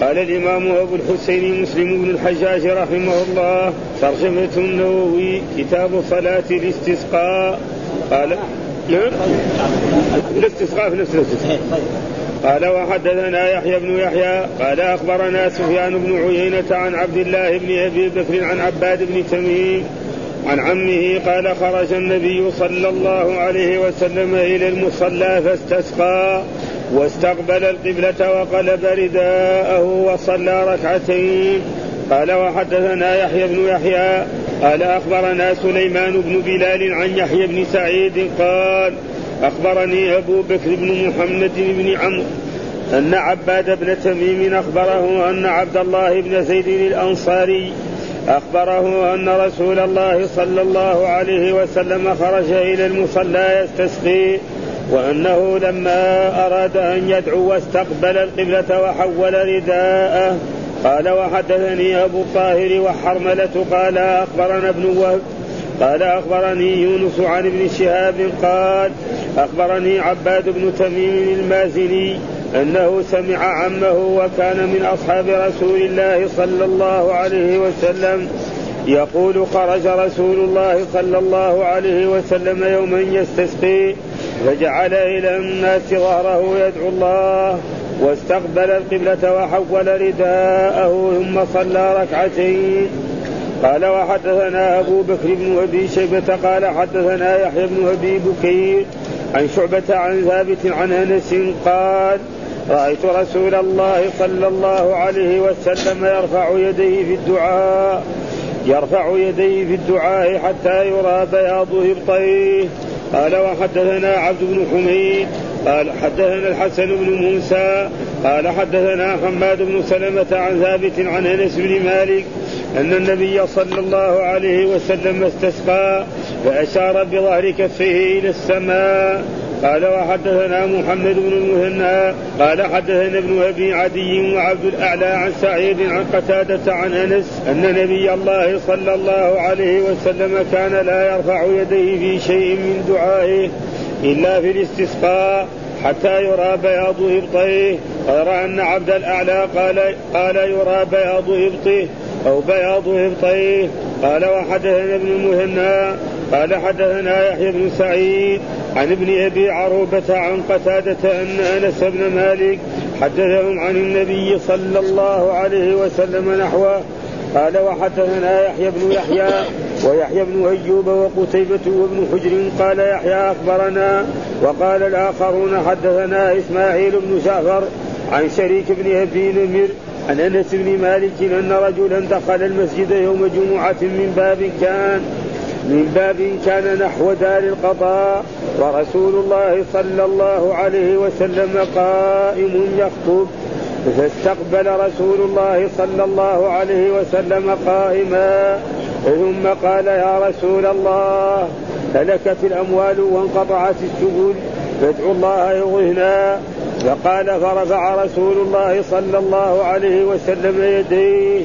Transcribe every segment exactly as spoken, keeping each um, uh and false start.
قال الإمام أبو الحسين مسلم بن الحجاج رحمه الله: ترجمة النووي كتاب صلاة الاستسقاء. قال نعم الاستسقاء في نفس الاستسقاء. قال وحدثنا يحيى بن يحيى قال أخبرنا سفيان بن عيينة عن عبد الله بن أبي بكر عن عباد بن تميم عن عمه قال خرج النبي صلى الله عليه وسلم إلى المصلى فاستسقى واستقبل القبلة وقلب رداءه وصلى ركعتين. قال وحدثنا يحيى بن يحيى قال أخبرنا سليمان بن بلال عن يحيى بن سعيد قال أخبرني أبو بكر بن محمد بن عمرو أن عباد بن تميم أخبره أن عبد الله بن زيد الأنصاري أخبره أن رسول الله صلى الله عليه وسلم خرج إلى المصلى يستسقي وأنه لما أراد أن يدعو واستقبل القبلة وحول رداءه. قال وحدثني أبو الطاهر وحرملة قال أخبرنا ابن وهب قال أخبرني يونس عن ابن شهاب قال أخبرني عباد بن تميم المازني أنه سمع عمه وكان من أصحاب رسول الله صلى الله عليه وسلم يقول خرج رسول الله صلى الله عليه وسلم يوما يستسقي فجعل إلى الناس ظهره يدعو الله واستقبل القبلة وحول رداءه ثم صلى ركعتين. قال وحدثنا أبو بكر بن أبي شيبة قال حدثنا يحيى بن أبي بكير عن شعبة عن ثابت عن أنس قال رأيت رسول الله صلى الله عليه وسلم يرفع يديه في الدعاء يرفع يديه في الدعاء حتى يرى بياض إبطيه. قال وحدثنا عبد بن حميد قال حدثنا الحسن بن موسى قال حدثنا حماد بن سلمة عن ثابت عن أنس بن مالك أن النبي صلى الله عليه وسلم استسقى فأشار بظهر كفه إلى السماء. قال وحدثنا محمد بن المثنى قال حدثنا ابن أبي عدي وعبد الأعلى عن سعيد عن قتادة عن أنس أن نبي الله صلى الله عليه وسلم كان لا يرفع يديه في شيء من دعائه إلا في الاستسقاء حتى يرى بياض إبطيه. غير أن عبد الأعلى قال, قال يرى بياض إبطيه أو بياض إبطيه. قال وحدثنا ابن المثنى قال حدثنا يحيى بن سعيد عن ابن أبي عروبة عن قتادة أن أنس بن مالك حدثهم عن النبي صلى الله عليه وسلم نحوه. قال وحدثنا يحيى بن يحيى ويحيى بن أيوب وقتيبة وابن حجر قال يحيى أخبرنا وقال الآخرون حدثنا إسماعيل بن جعفر عن شريك بن أبي نمر عن أنس بن مالك أن رجلا دخل المسجد يوم جمعة من باب كان من باب كان نحو دار القضاء ورسول الله صلى الله عليه وسلم قائم يخطب فاستقبل رسول الله صلى الله عليه وسلم قائما ثم قال يا رسول الله هلكت الأموال وانقطعت السبل فادعوا الله يغثنا. فقال فرفع رسول الله صلى الله عليه وسلم يديه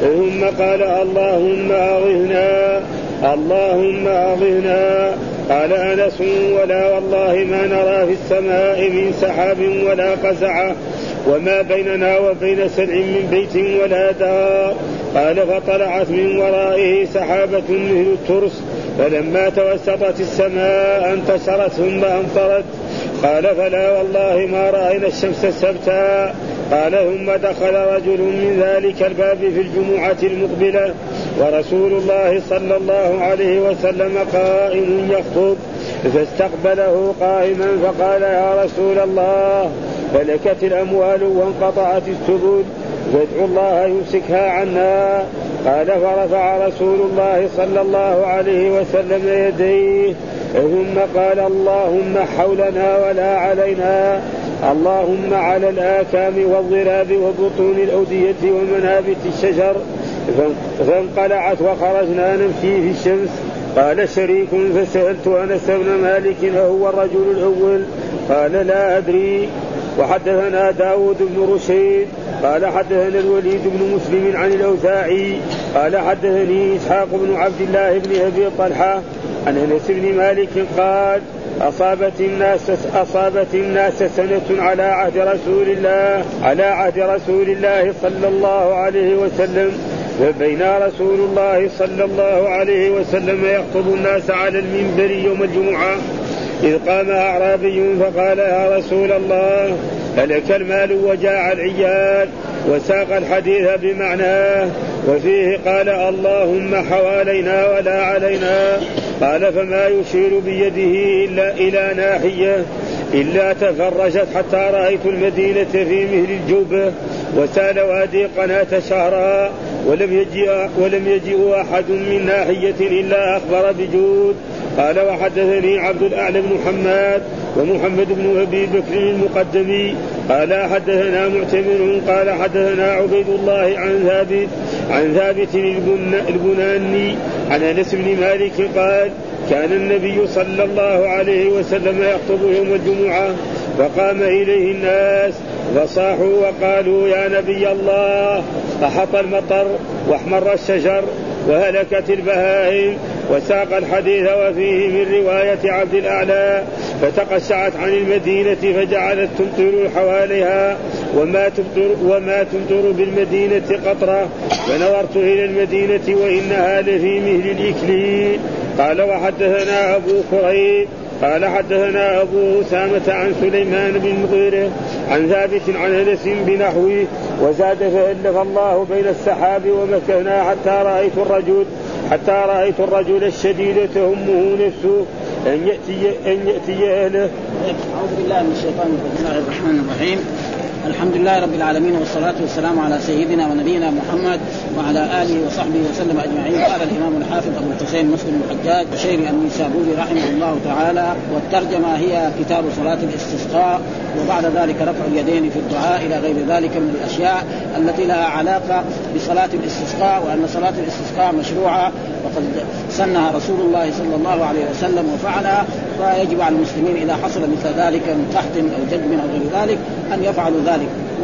ثم قال اللهم أغثنا اللهم أغثنا. قال أنس ولا والله ما نرى في السماء من سحاب ولا قزعة وما بيننا وبين سلع من بيت ولا دار. قال فطلعت من ورائه سحابة مثل الترس فلما توسطت السماء انتشرت ثم أمطرت. قال فلا والله ما رأينا الشمس السبتا. قال ثم دخل رجل من ذلك الباب في الجمعة المقبلة ورسول الله صلى الله عليه وسلم قائم يخطب فاستقبله قائما فقال يا رسول الله هلكت الأموال وانقطعت السبل فادعوا الله يمسكها عنا. قال فرفع رسول الله صلى الله عليه وسلم يديه ثم قال اللهم حولنا ولا علينا اللهم على الآكام والضراب وبطون الأودية ومنابت الشجر. فانقلعت وخرجنا نمشي في الشمس. قال شريك فسألت أنس بن مالك أهو الرجل الأول؟ قال لا أدري. وحدثنا داود بن رشيد قال حدثنا الوليد بن مسلم عن الأوزاعي قال حدثني إسحاق بن عبد الله بن أبي طلحة عن أنس بن مالك قال أصابت الناس أصابت الناس سنة على عهد رسول الله على عهد رسول الله صلى الله عليه وسلم، وبين رسول الله صلى الله عليه وسلم يخطب الناس على المنبر يوم الجمعة، إذ قام أعرابي فقال: يا رسول الله، هلك المال وجاع العيال، وساق الحديث بمعناه، وفيه قال: اللهم حوالينا ولا علينا. قال: فما يشير بيده إلا إلى ناحية إلا تفرشت حتى رأيت المدينة في مهل الجوبة، وسال وادي قناة شهرا، ولم يجيء, ولم يجيء أحد من ناحية إلا أخبر بجود. قال: وحدثني عبد الأعلى بن محمد ومحمد بن أبي بكر المقدمي قال: حدثنا معتمر قال: حدثنا عبيد الله عن ثابت عن ثابت البناني عن أنس بن مالك قال: كان النبي صلى الله عليه وسلم يخطب يوم الجمعة، فقام إليه الناس فصاحوا وقالوا: يا نبي الله، أحط المطر واحمر الشجر وهلكت البهائم. وساق الحديث وفيه من رواية عبد الأعلى: فتقشعت عن المدينة فجعلت تمطر حواليها وما تمطر, وما تمطر بالمدينة قطرة، فنظرت إلى المدينة وإنها لفي مهل الإكليل. قال: وحدثنا أبو كريب قال: حدثنا أبو أسامة عن سليمان بن مغيرة عن ثابت عن أنس بنحوه، وزاد: فألف الله بين السحاب ومكثنا حتى رأيت الرجل حتى رأيت الرجل الشديد تهمه نفسه أن يأتي أن يأتي أهله. أعوذ بالله من الشيطان الرجيم. بسم الله الرحمن الرحيم. الحمد لله رب العالمين، والصلاة والسلام على سيدنا ونبينا محمد وعلى آله وصحبه وسلم أجمعين. قال الإمام الحافظ أبو الحسين مسلم الحجاج بشير النيسابوري رحمه الله تعالى: والترجمة هي كتاب صلاة الاستسقاء، وبعد ذلك رفع اليدين في الدعاء إلى غير ذلك من الأشياء التي لها علاقة بصلاة الاستسقاء، وأن صلاة الاستسقاء مشروعة وقد سنها رسول الله صلى الله عليه وسلم وفعلها، فيجب على المسلمين إذا حصل مثل ذلك من قحط أو جدب أو غير ذلك أن يفعلوا ذلك.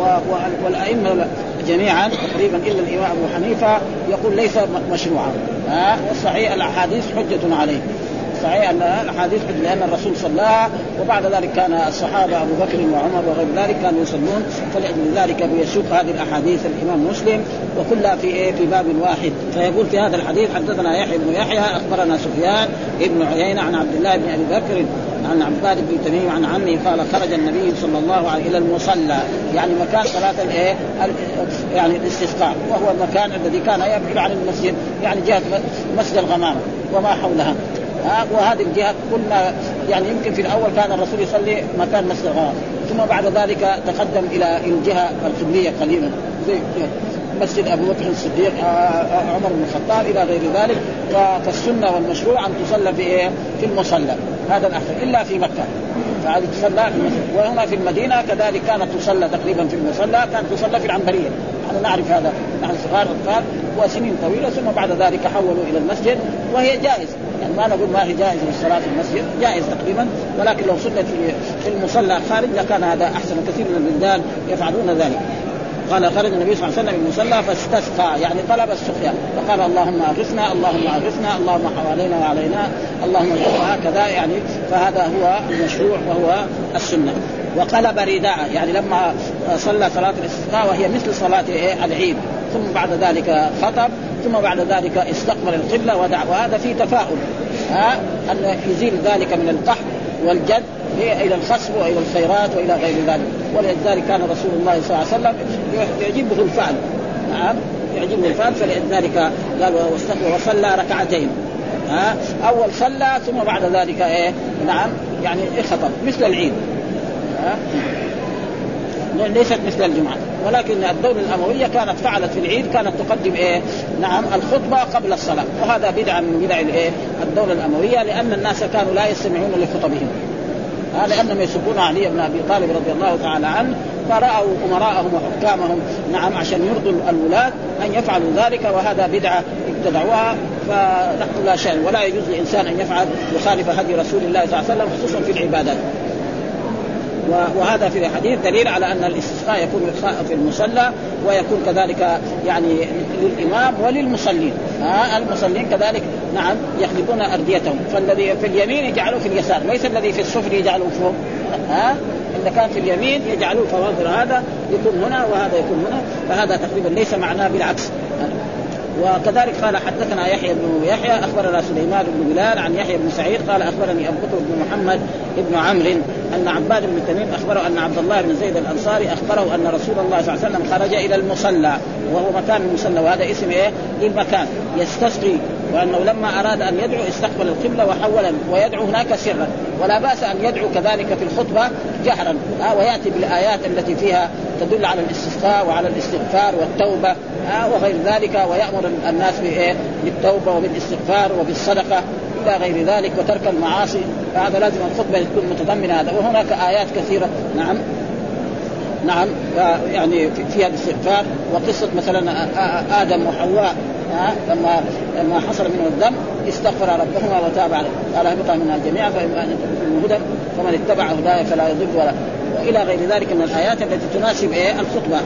والأئمة جميعا تقريبا إلا الإمام أبو حنيفة يقول ليس مشروعا. والصحيح الأحاديث حجة عليه، صحيح أن الأحاديث حجة لأن الرسول صلى، وبعد ذلك كان الصحابة أبو بكر وعمر وغير ذلك كانوا يصلون، فلأجل ذلك بيسوق هذه الأحاديث الإمام مسلم وكلها في إيه في باب واحد. فيقول في هذا الحديث: حدثنا يحيى بن يحيى أخبرنا سفيان ابن عيينة عن عبد الله بن أبي بكر عن عباد بن تميم عن عمه قال: خرج النبي صلى الله عليه إلى المصلى، يعني مكان صلاة الإيه يعني الاستسقاء، وهو المكان الذي كان يبعد عن المسجد، يعني جهة مسجد الغمامة وما حولها. وهذه الجهة قلنا يعني يمكن في الأول كان الرسول يصلي مكان مسجد الغمامة، ثم بعد ذلك تقدم إلى الجهة القبلية قليلا زي مسجد أبو بكر الصديق، عمر بن الخطاب إلى غير ذلك. فالسنة والمشروع أن تصلى في في المصلى، هذا الأحسن، إلا في مكة فهذه تصلى في المسجد. وهنا في المدينة كذلك كانت تصلى تقريبا في المصلى، كانت تصلى في العنبرية، نحن نعرف هذا، نحن صغار أطفال وسنين طويلة، ثم بعد ذلك حولوا إلى المسجد، وهي جائزة، يعني ما نقول ما هي جائزة للصلاة في المسجد، جائز تقريبا، ولكن لو صلت في المصلى خارج لكان هذا أحسن. كثير من البلدان يفعلون ذلك. قال: خرج النبي صلى الله عليه وسلم من المصلى فاستسقى، يعني طلب السقيا، فقال: اللهم أغثنا اللهم أغثنا اللهم حوالينا وعلينا اللهم اغثنا، هكذا يعني. فهذا هو المشروع وهو السنة. وقلب رداء، يعني لما صلى صلاة الاستسقاء وهي مثل صلاة العيد، ثم بعد ذلك خطب، ثم بعد ذلك استقبل القبلة ودعا، وهذا فيه تفاؤل ها أن يزيل ذلك من القحط والجد إلى الخصب وإلى الخيرات وإلى غير ذلك. ولذلك كان رسول الله صلى الله عليه وسلم يعجبه الفعل، نعم يعجبه الفعل، فلذلك قال: واستقبل وصلى ركعتين. ها أول صلى ثم بعد ذلك إيه نعم يعني خطب مثل العيد، ها ليست مثل الجمعة. ولكن الدولة الأموية كانت فعلت في العيد، كانت تقدم إيه نعم الخطبة قبل الصلاة، وهذا بدعة من بدع الإيه الدولة الأموية، لأن الناس كانوا لا يستمعون لخطبهم، لأنهم يسبون علي بن أبي طالب رضي الله تعالى عنه، فرأوا أمراءهم وحكامهم نعم عشان يرضوا الولاة أن يفعلوا ذلك، وهذا بدعة ابتدعوها. فنحن لا شأن ولا يجوز لإنسان أن يفعل يخالف هدي رسول الله صلى الله عليه وسلم، خصوصا في العبادات. وهذا في الحديث دليل على أن الاستسقاء يكون في المصلى ويكون كذلك يعني للإمام وللمصلين. ها المصلين كذلك نعم يخلقون أرديتهم، فالذي في اليمين يجعلوه في اليسار، ليس الذي في السفل يجعلوه فوق. ها إذا كان في اليمين يجعلوه فواضر، هذا يكون هنا وهذا يكون هنا، فهذا تقريبا ليس معناه بالعكس. وكذلك قال حدثنا يحيى بن يحيى أخبرنا سليمان بن بلال عن يحيى بن سعيد قال أخبرني أبو بكر بن محمد بن عمرو أن عباد بن تميم أخبره أن عبد الله بن زيد الأنصاري أخبره أن رسول الله صلى الله عليه وسلم خرج إلى المصلى، وهو مكان المصلى، وهذا اسم إيه للمكان، يستسقي، وأنه لما أراد أن يدعو استقبل القبلة وحولا ويدعو هناك سرا، ولا بأس أن يدعو كذلك في الخطبة جهرا، آه ويأتي بالآيات التي فيها تدل على الاستسقاء وعلى الاستغفار والتوبة آه وغير ذلك، ويأمر الناس بإيه بالتوبة وبالاستغفار وبالصدقة إلى غير ذلك وترك المعاصي، فهذا لازم الخطبة تكون متضمنة هذا. وهناك آيات كثيرة نعم نعم يعني فيها الاستغفار، وقصة مثلا آدم وحواء لما لما حصل منه الدم استغفر ربهما وتاب عليه، قال اهبطا منها جميعا فإما أن تكونوا هدى فمن اتبع هداي فلا يضل ولا، وإلى غير ذلك من الآيات التي تناسب إيه الخطبة.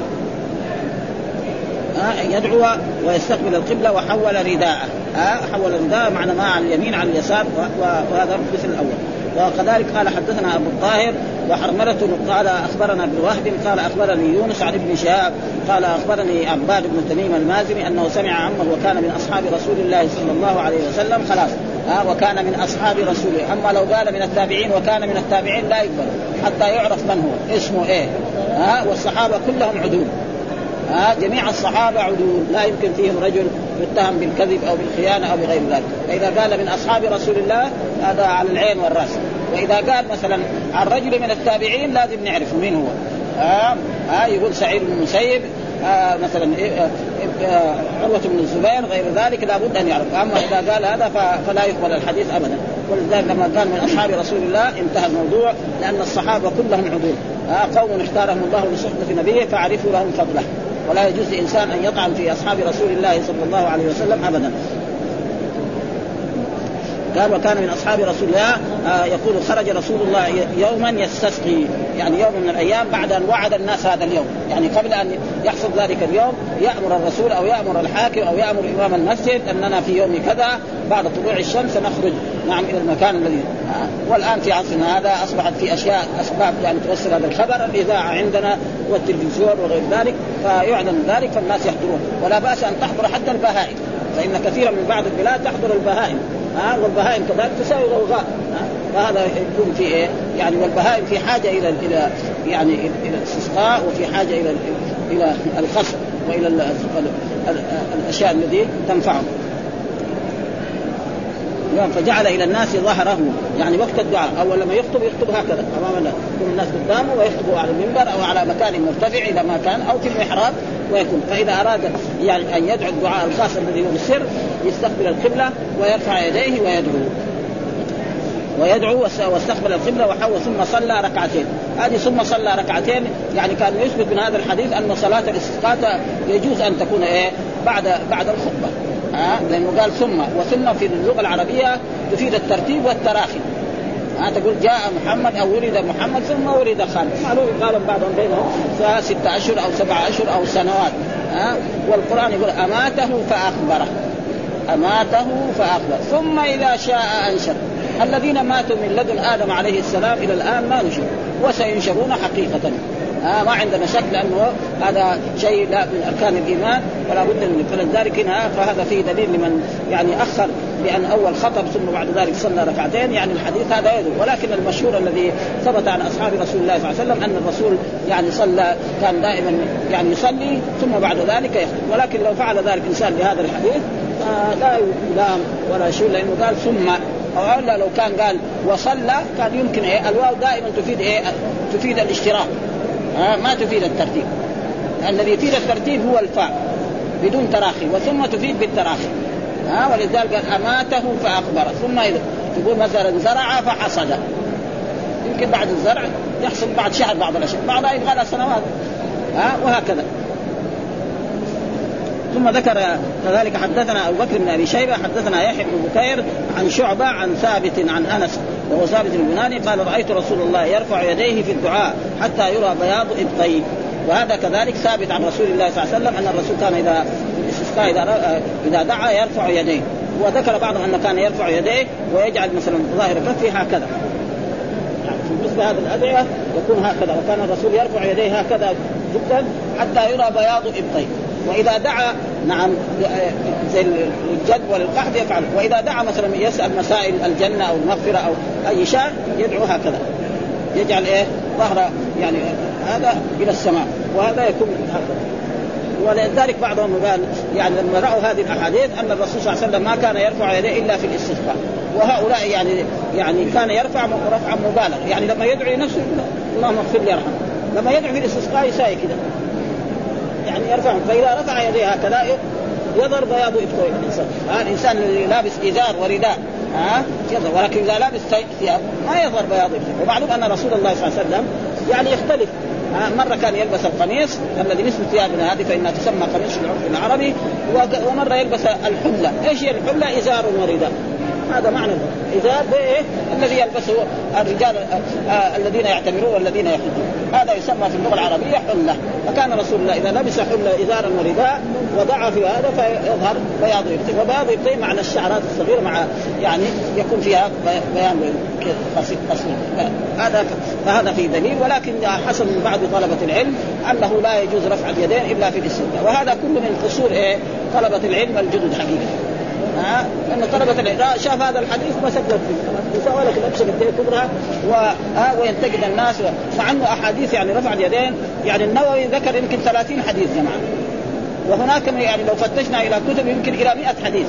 يدعو ويستقبل القبلة وحول رداءه، حول رداءه معنى ما على اليمين على اليسار، وهذا مثل الأول. وكذلك قال حدثنا أبو الطاهر وحرملة قال أخبرنا ابن وهب قال أخبرني يونس عن ابن شهاب قال أخبرني عباد بن تميم المازني أنه سمع عمه وكان من أصحاب رسول الله صلى الله عليه وسلم، خلاص ها وكان من أصحاب رسوله. أما لو قال من التابعين وكان من التابعين لا يقبل حتى يعرف من هو اسمه إيه. ها والصحابة كلهم عدول، ها جميع الصحابة عدول، لا يمكن فيهم رجل يتهم بالكذب أو بالخيانة أو بغير ذلك. فإذا قال من أصحاب رسول الله هذا على العين والرأس. وإذا قال مثلا عن رجل من التابعين لازم نعرف مين هو. ها آه آه يقول سعيد بن المسيب آه مثلا آه عروة بن الزبير غير ذلك لابد أن يعرف. أما إذا قال هذا فلا يقبل الحديث أبدا. ولذلك لما كان من أصحاب رسول الله انتهى الموضوع، لأن الصحابة كلهم عدول، آه قوم اختارهم الله لصحبة نبيه فعرفوا لهم فضله، ولا يجوز لإنسان أن يطعن في أصحاب رسول الله صلى الله عليه وسلم أبدا. قال وكان من أصحاب رسول الله آه يقول خرج رسول الله يوما يستسقي، يعني يوم من الأيام بعد أن وعد الناس هذا اليوم، يعني قبل أن يحصل ذلك اليوم يأمر الرسول أو يأمر الحاكم أو يأمر إمام المسجد أننا في يوم كذا بعد طلوع الشمس نخرج نعم إلى المكان الذي آه. والآن في عصرنا هذا أصبحت في أشياء أسباب يعني توصل هذا الخبر، الإذاعة عندنا والتلفزيون وغير ذلك فيعلن ذلك فالناس يحضرون. ولا بأس أن تحضر حتى البهائم، فإن كثيرا من بعض البلاد تحضر البهائم ها آه والبهائم كذلك تساوي غوغاء، فهذا يكون في إيه يعني. والبهائم في حاجة إلى إلى يعني إلى الاستسقاء، وفي حاجة إلى إلى الخصب وإلى ال ال ال الأشياء التي تنفعهم. فجعل إلى الناس ظهره، يعني وقت الدعاء أول لما يخطب يخطب هكذا أمام الناس، يكون الناس قدامه ويخطبوا على المنبر أو على مكان مرتفع إذا ما كان أو في المحراب ويكون. فإذا أراد يعني أن يدعو الدعاء الخاص الذي هو بالسر يستقبل القبلة ويرفع يديه ويدعو ويدعو واستقبل القبلة وحول ثم صلى ركعتين. هذه ثم صلى ركعتين يعني كان يثبت من هذا الحديث أن صلاة الاستسقاء يجوز أن تكون إيه بعد بعد الخطبة، ها لأنه قال ثم، وثم في اللغة العربية تفيد الترتيب والتراخي. ها تقول جاء محمد أو ولد محمد ثم ولد خالد، معلوم قال بعضهم بينهم ستة أشهر أو سبعة أشهر أو سنوات. ها والقرآن يقول أماته فأخبره، أماته فأخبر ثم إذا شاء أنشر. الذين ماتوا من لدن آدم عليه السلام إلى الآن ما نشر وسينشرون حقيقة. آه ما عندنا شك لأنه هذا شيء لا من أركان الإيمان ولا بد منه. فلذلك هنا فهذا فيه دليل لمن يعني أخر بأن أول خطب ثم بعد ذلك صلى ركعتين، يعني الحديث هذا يدل. ولكن المشهور الذي ثبت عن أصحاب رسول الله صلى الله عليه وسلم أن الرسول يعني صلى كان دائما يعني يصلي ثم بعد ذلك يخطب. ولكن لو فعل ذلك إنسان بهذا الحديث آه لا يلام ولا شيء، لأنه قال ثم، أو لو كان قال وصلى كان يمكن إيه الواو دائما تفيد إيه تفيد الاشتراك آه ما تفيد الترتيب. الذي يفيد الترتيب هو الفاء بدون تراخي، وثم تفيد بالتراخي. ها آه ولذلك قال أماته فأخبره. ثم إذا تقول مثلا زرع فحصد، يمكن بعد الزرع يحصل بعد شهر بعض الأشياء، بعضها يبغى لها سنوات ها آه وهكذا. ثم ذكر كذلك حدثنا أبو بكر بن أبي شيبة حدثنا يحيى بن بكير عن شعبة عن ثابت عن أنس وهو ثابت البناني قال رأيت رسول الله يرفع يديه في الدعاء حتى يرى بياض إبطيه. وهذا كذلك ثابت عن رسول الله صلى الله عليه وسلم أن الرسول كان إذا الاستسقاء إذا إذا دعا يرفع يديه. وذكر بعضهم أنه كان يرفع يديه ويجعل مثلا ظاهر كفه هكذا، يعني في مثل هذا الأدعية يكون هكذا، وكان الرسول يرفع يديه هكذا جدا حتى يرى بياض إبطيه. وإذا دعا نعم زي الجد والقحط يفعل، وإذا دعا مثلا يسأل مسائل الجنة أو المغفرة أو أي شيء يدعو هكذا، يجعل إيه ظهر يعني هذا إلى السماء، وهذا يكون هكذا. ولذلك بعضهم قال يعني لما رأوا هذه الأحاديث أن الرسول صلى الله عليه وسلم ما كان يرفع يديه إلا في الاستسقاء، وهؤلاء يعني يعني كان يرفع رفعا مبالغ، يعني لما يدعو نفسه اللهم اغفر لي ارحمه، لما يدعو في الاستسقاء يساوي كده يعني يرفع. فإذا رفع يديه هكذا يظهر بياض إبطيه الإنسان. ها الإنسان اللي لابس إزار ورداء ها يظهر، ولكن إذا لابس ثياب ما يظهر بياض إبطيه. ومعلوم أن رسول الله صلى الله عليه وسلم يعني يختلف، مرة كان يلبس القميص الذي نسبة ثيابنا هذه فإنها تسمى قميص في العرف العربي، ومرة يلبس الحلة. إيش هي الحلة؟ إزار ورداء، هذا معنى إزار بإيه الذي يلبسه الرجال آه الذين يعتمرون والذين يحجون، هذا يسمى في اللغة العربية حلة. فكان رسول الله إذا لبس حلة إزارا ورداء وضع في هذا فيظهر بياض إبطيه. وبياض إبطيه معنى الشعرات الصغيرة مع يعني يكون فيها بيان بسيط. هذا فهذا في دليل، ولكن حسب من بعض طلبة العلم أنه لا يجوز رفع اليدين إلا في الاستسقاء، وهذا كله من قصور إيه طلبة العلم الجدد حقيقة. ها أن طلبة العلم شاف هذا الحديث وسجد فيه وسألك الأبشر الدين كبرها وينتقد الناس، مع أنه أحاديث يعني رفع اليدين يعني النووي ذكر يمكن ثلاثين حديث جماعة، وهناك يعني لو فتشنا إلى كتب يمكن إلى مئة حديث.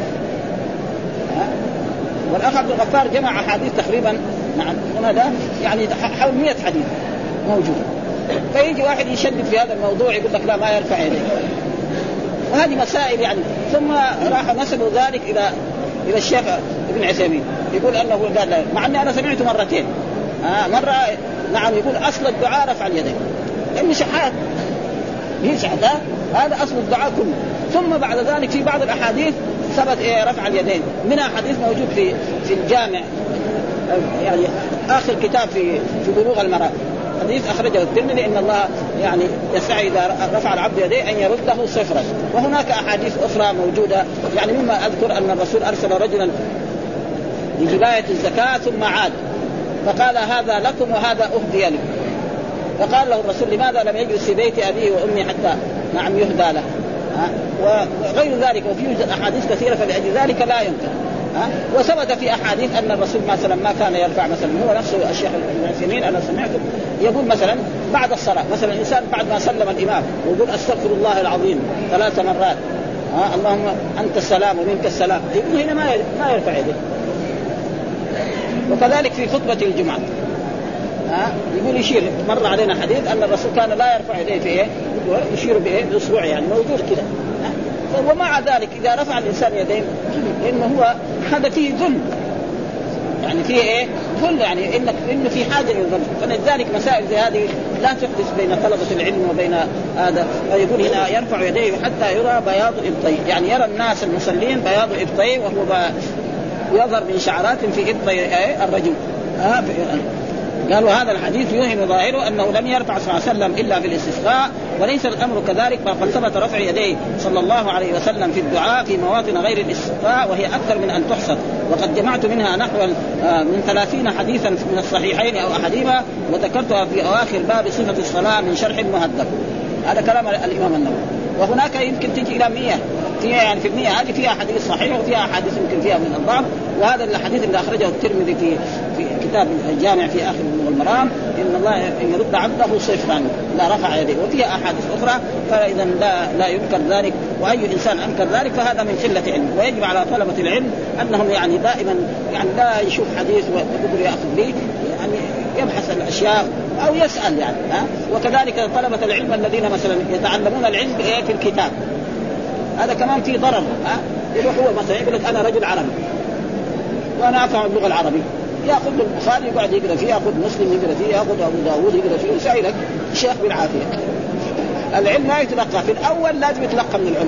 والأخ عبد الغفار جمع أحاديث تقريبا نعم هذا يعني حول مئة حديث موجود. فيجي واحد يشدد في هذا الموضوع يقول لك لا ما يرفع يديه، وهذه مسائل يعني. ثم راح نسبوا ذلك إلى إلى الشيخ ابن عثيمين يقول أنه قال لا، مع أني أنا سمعته مرتين. آه مرة نعم يقول أصل الدعاء رفع اليدين، إن شحات هي شحات هذا أصل الدعاء كله. ثم بعد ذلك في بعض الأحاديث ثبت إيه رفع اليدين، منها حديث موجود في في الجامع يعني آخر كتاب في في بلوغ المرام، حديث أخرجه الترمذي إن الله يعني يسعى إذا رفع العبد يديه أن يرده صفرا. وهناك أحاديث أخرى موجودة يعني، مما أذكر أن الرسول أرسل رجلا لجباية الزكاة ثم عاد فقال هذا لكم وهذا أهدي لكم، فقال له الرسول لماذا لم يجلس في بيت أبيه وأمي حتى نعم يهدى له. وغير ذلك وفي أحاديث كثيرة، فلأجل ذلك لا يمكن. ها وثبت في أحاديث أن الرسول مثلا ما كان يرفع مثلا، هو نفسه الشيخ ابن عثيمين أنا سمعته يقول مثلا بعد الصلاة مثلا الإنسان بعد ما سلم الإمام ويقول أستغفر الله العظيم ثلاث مرات، ها اللهم أنت السلام ومنك السلام، يقول هنا ما ما يرفع يده. وكذلك في خطبة الجمعة ها يقول يشير، مر علينا حديث أن الرسول كان لا يرفع يديه في إيه يشير بإيه بأصبعه يعني موجود كده. ومع ذلك إذا رفع الإنسان يدين إنه هو هذا فيه ذل، يعني فيه إيه ذل، يعني إنك إنه في حاجة إلى الذل. فلذلك مسائل زي هذه لا تحدث بين طلبة العلم وبين هذا. فيقول هنا يرفع يديه حتى يرى بياض إبطيه، يعني يرى الناس المصلين بياض إبطيه وهو يظهر من شعرات في إبطي الرجل. ها قالوا هذا الحديث يوهم ظاهره أنه لم يرفع صلى الله عليه وسلم إلا في الاستسقاء، وليس الأمر كذلك، فقد ثبت رفع يديه صلى الله عليه وسلم في الدعاء في مواطن غير الاستسقاء وهي أكثر من أن تحصى، وقد جمعت منها نحو من ثلاثين حديثا من الصحيحين أو أحدهما، وذكرتها في أواخر باب صفة الصلاة من شرح المهذب. هذا كلام الإمام النووي. وهناك يمكن تجي إلى مئة فيها يعني في المئة هذه فيها حديث صحيح وفيها حديث يمكن فيها من الضعف. وهذا الحديث اللي أخرجه الترمذي في في كتاب الجامع في آخر المرام إن الله يرد عبده صفرا لا رفع يديه، وفيها أحاديث أخرى، فإذا لا لا يذكر ذلك، وأي إنسان أنكر ذلك فهذا من قلة علم. ويجب على طلبة العلم أنهم يعني دائما يعني لا يشوف حديث ويقول يأخذ به، يعني يبحث الأشياء أو يسأل يعني. ها وكذلك طلبة العلم الذين مثلا يتعلمون العلم في الكتاب هذا كمان فيه ضرر. ها يروح هو مثلا يقول لك أنا رجل عربي وأنا أفهم اللغة العربية، يأخذ البخاري يقعد يقرأ فيه، يأخذ مسلم يقرأ فيه، يأخذ أبو داود يقرأ فيه، ويسألك الشيخ بالعافية. العلم لا يتلقى في الأول، لازم يتلقى من العلماء،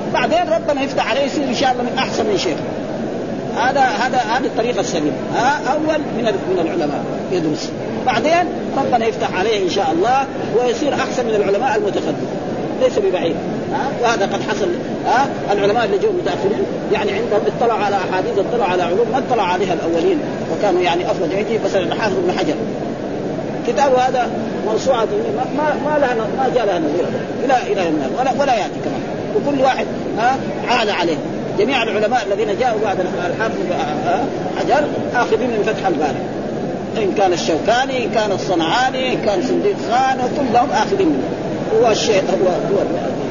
بعدين ربنا يفتح عليه يصير ان شاء الله من احسن من شيخ. هذا هذا هذه الطريقه السليمه. ها اول من من العلماء يدرس، بعدين ربنا يفتح عليه ان شاء الله ويصير احسن من العلماء المتقدمين، ليس ببعيد. ها وهذا قد حصل. ها العلماء اللي جو متاخرين يعني عندهم اطلع على احاديث، اطلع على علوم ما اطلع عليها الاولين، وكانوا يعني افضل. يعني مثلا الحافظ ابن حجر كتابه هذا موسوعه ما ما لها ما جاء لها نظير الى الى يومنا ولا ولا ياتي كمان، وكل واحد ها عاد عليه. جميع العلماء الذين جاءوا بعد الحافظ حجر آخذين من فتح الباري، إن كان الشوكاني، إن كان الصنعاني، إن كان سنديد خان، وكلهم آخذين منه. هو الشيء هو هو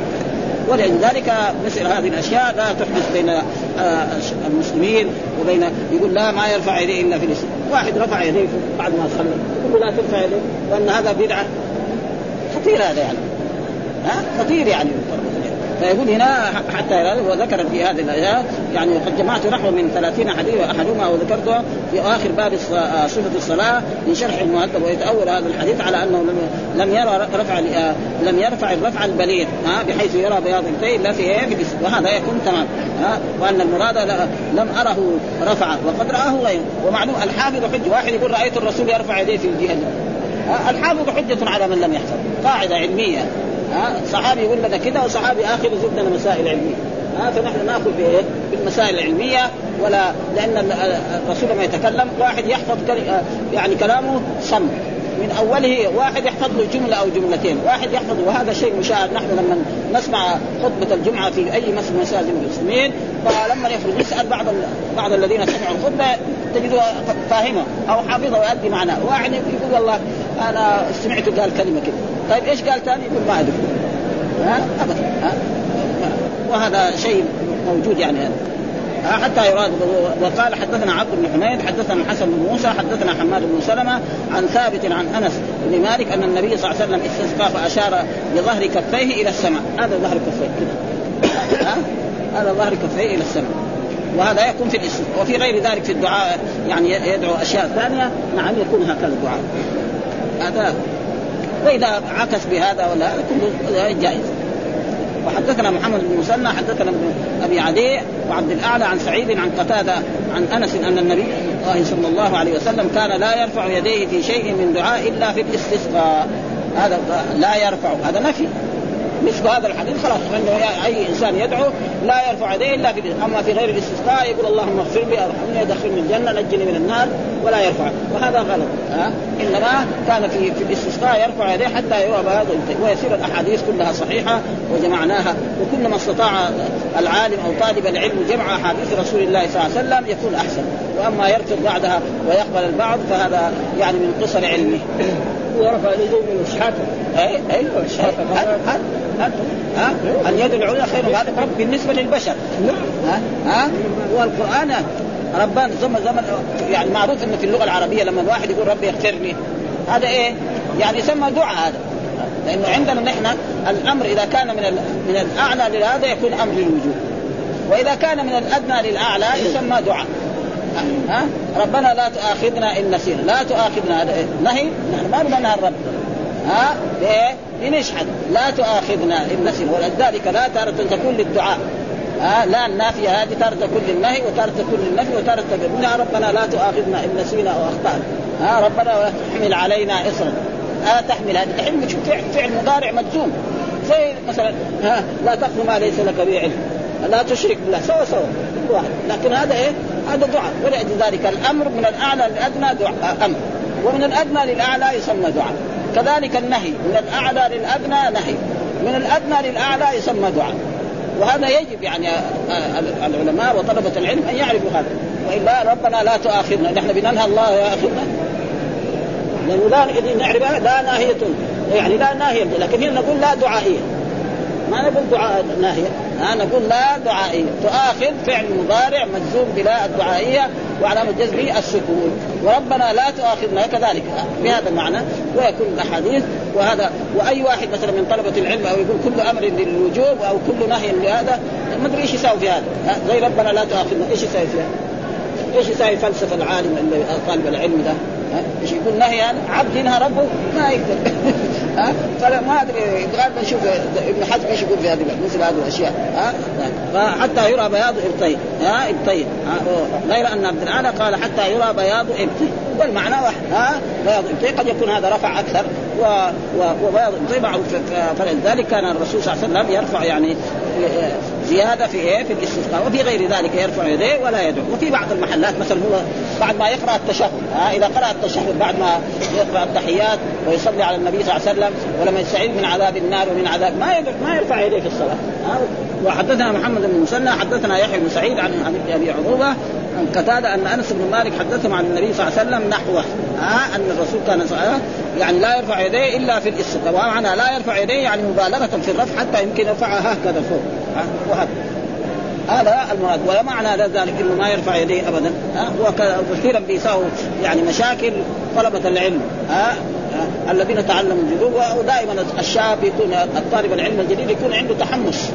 ولذلك مثل هذه الأشياء لا تحدث بين المسلمين وبين يقول لا ما يرفع يديه إلا في الإسلام. واحد رفع يديه بعد ما صلى يقول لا ترفع يديه وأن هذا بدعة. خطير هذا يعني، ها خطير يعني. فيقول هنا حتى وذكر في هذه الآيات يعني قد جمعت نحو من ثلاثين حديث أحدهما وذكرته في آخر باب صفة الصلاة من شرح المهذب. ويتأول هذا الحديث على أنه لم يرى رفع لم يرفع الرفع البليغ ها بحيث يرى بياض الكتين لا في في وهذا يكون تمام. ها وأن المراد لم أره رفع وقد رآه غيره. ومعلوم الحافظ حجة، واحد يقول رأيت الرسول يرفع يديه في الجهة. الحافظ حجة على من لم يحفظ، قاعدة علمية. ها صحابي يقول لنا كده وصحابي آخر زدنا مسائل علمية. ها فنحن نأخذ بالمسائل العلمية، ولا لأن الرسول ما يتكلم واحد يحفظ يعني كلامه صم من أوله، واحد يحفظ له جملة أو جملتين، واحد يحفظ. وهذا شيء مشاهد. نحن لما نسمع خطبة الجمعة في أي مسجد من المسلمين فلما يخرج نسأل بعض بعض الذين سمعوا الخطبة تجده فاهمه أو حافظه ويؤدي معناه. واحد يقول والله أنا سمعته قال كلمة كده، طيب إيش قال ثاني؟ يقول ما أدري. ها أبدا. ها وهذا شيء موجود يعني هذا. حتى يراد. وقال حدثنا عبد بن حميد حدثنا الحسن بن موسى حدثنا حماد بن سلمة عن ثابت عن أنس بن مالك أن النبي صلى الله عليه وسلم استسقى فأشار بظهر كفيه إلى السماء. هذا ظهر كفيه كده. هذا ظهر كفيه إلى السماء. وهذا يكون في الاستسقاء. وفي غير ذلك في الدعاء يعني يدعو أشياء ثانية نعم يكون هكذا الدعاء هذا. وإذا عكس بهذا ولا هذا كله جائز. وحدثنا محمد بن مسنى حدثنا ابن أبي عدي وعبد الأعلى عن سعيد عن قتادة عن أنس أن النبي صلى الله عليه وسلم كان لا يرفع يديه في شيء من دعاء إلا في الاستسقاء. هذا لا يرفع، هذا نفي. مثل هذا الحديث خلاص أنه أي إنسان يدعو لا يرفع يديه إلا في. أما في غير الاستسقاء يقول اللهم اغفر لي أرحمني ادخلني الجنة نجني من النار ولا يرفع، وهذا غلط. ها إنما كان في في الاستسقاء يرفع يديه حتى يرى هذا. ويصير الأحاديث كلها صحيحة وجمعناها. وكل ما استطاع العالم أو طالب العلم جمع أحاديث رسول الله صلى الله عليه وسلم يكون أحسن. وأما يرفض بعدها ويقبل البعض فهذا يعني من قصر علمه. ورفع يديه من الشحاتة. أي أيوة الشحاتة. ها اليد العليا خير. هذا بالنسبة للبشر. ها ها والقرآن ربنا زمن زمن يعني معروف إنه في اللغة العربية لما الواحد يقول ربي يغفرني هذا إيه يعني يسمى دعاء. هذا لأنه عندنا نحن الأمر إذا كان من من الأعلى لهذا يكون أمر للوجوب، وإذا كان من الأدنى للأعلى يسمى دعاء. ها ربنا لا تؤاخذنا إن نسينا. لا تؤاخذنا هذا نهي. نحن ما بدنا الرب ها ليه لنشحد لا تؤاخذنا إن نسينا. ولذلك لا تارة تكون للدعاء. ها لا النافية هذه تارة تكون للنهي وتارة تكون للنفي وتارة تكون لا ربنا لا تؤاخذنا إن نسينا أو أخطأنا. ها ربنا ولا تحمل علينا إصرا. لا تحمل هذه الحين شوف فعل مضارع مجزوم زي مثلا ها لا تقف ما ليس لك به علم لا تشرك بالله سوا سوا واحد. لكن هذا إيه هذا دعاء. ولذلك الأمر من الأعلى للأدنى دعاء أمر، ومن الأدنى للأعلى يسمى دعاء. كذلك النهي من الأعلى للأدنى نهي، من الأدنى للأعلى يسمى دعاء. وهذا يجب يعني العلماء وطلبة العلم أن يعرفوا هذا. وإلا ربنا لا تؤاخذنا نحن بننهى الله يأخذنا لأنه لا نعرف لا ناهية يعني لا ناهية، لكن هنا نقول لا دعائية ما نقول دعاء ناهية. ها نقول لا دعائية. تؤاخذ فعل مضارع مجزوم بلا الدعائية وعلامة جزمه السكون. وربنا لا تؤاخذنا كذلك بهذا المعنى. ويكون الأحاديث وهذا. وأي واحد مثلا من طلبة العلم أو يقول كل أمر للوجوب أو كل نهي لهذا ما أدري إيش يساوي في هذا. زي ربنا لا تؤاخذنا إيش يساوي فيها؟ إيش يساوي فلسفة العالم اللي طالب العلم ده ايش يقول نهي يعني عبد ينهى ربه ما يقدر ها فلا ما ادري قاعد نشوف ابن حزم ايش يقول في هذه مثل هذه الاشياء ها فحتى يرى بياض ابطيه ها ابطيه غير ان عبد الاعلى قال حتى يرى بياض ابطيه والمعنى واحد ها بياض ابطيه قد يكون هذا رفع اكثر و... و... وبياض ابطيه معروف فلذلك كان الرسول صلى الله عليه وسلم يرفع يعني زياده في ايه في الاستسقاء وفي غير ذلك يرفع يديه ولا يدعو. وفي بعض المحلات مثلا هو بعد ما يقرأ التشهد ها إذا قرأ التشهد بعد ما يقرأ التحيات ويصلي على النبي صلى الله عليه وسلم ولما يستعيذ من عذاب النار ومن عذاب ما يدعو ما يرفع يديه في الصلاة. وحدثنا محمد بن مسنى حدثنا يحيى بن سعيد عن عن ابي عروبه عن قتادة ان انس بن مالك حدثهم عن النبي صلى الله عليه وسلم نحوه ها ان الرسول كان يعني لا يرفع يديه الا في الاستسقاء ومعنى لا يرفع يديه يعني مبالغة في الرفع حتى يمكن يرفعها هكذا فوق وهكذا هذا المراد. ولا معنى ذلك انه ما يرفع يديه ابدا ها وكثيرا بيساووا يعني مشاكل طلبة العلم ها الذين تعلموا الجدود ودائما الشاب يكون الطالب العلم الجديد يكون عنده تحمس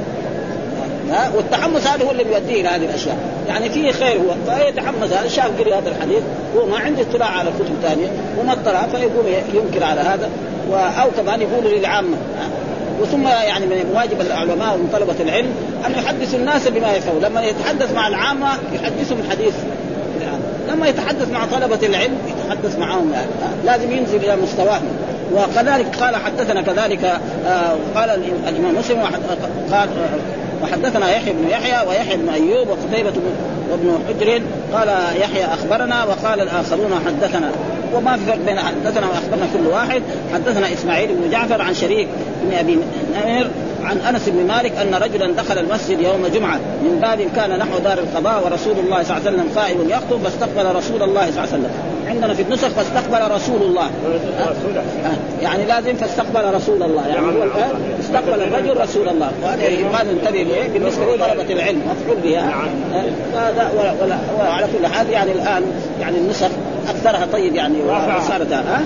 ها والتحمس هذا هو اللي بيؤديه الى هذه الاشياء يعني فيه خير هو فيتحمس هذا الشاب قرأ هذا الحديث هو ما عنده اطلاع على الكتب الثانيه وما اطلع فيقوم ينكر على هذا او كمان يقول للعامه. وثم يعني من واجب العلماء ومن طلبة العلم أن يحدثوا الناس بما يفعلون. لما يتحدث مع العامة يحدثهم الحديث لما يتحدث مع طلبة العلم يتحدث معهم يعني. لازم ينزل إلى مستواهم. وكذلك قال حدثنا كذلك آه قال الإمام مسلم قال وحدثنا يحيى بن يحيى ويحيى بن أيوب وقتيبة وابن حجر قال يحيى أخبرنا وقال الآخرون حدثنا وما في فرق بين حدثنا وأخبرنا كل واحد. حدثنا إسماعيل بن جعفر عن شريك بن أبي نمر عن أنس بن مالك أن رجلا دخل المسجد يوم جمعة من باب كان نحو دار القضاء ورسول الله صلى الله عليه وسلم قائم يخطب فاستقبل رسول الله صلى الله عليه وسلم. عندنا في النسخ فاستقبل رسول الله أه يعني لازم فاستقبل رسول الله يعني هو الآن استقبل الرجل رسول الله وهذا ما ننتبه له بالنسبة لطلبة العلم مفعول بها هذا ولا, ولا وعلى كل حال يعني الآن يعني النسخ أكثرها طيب يعني وصارت ها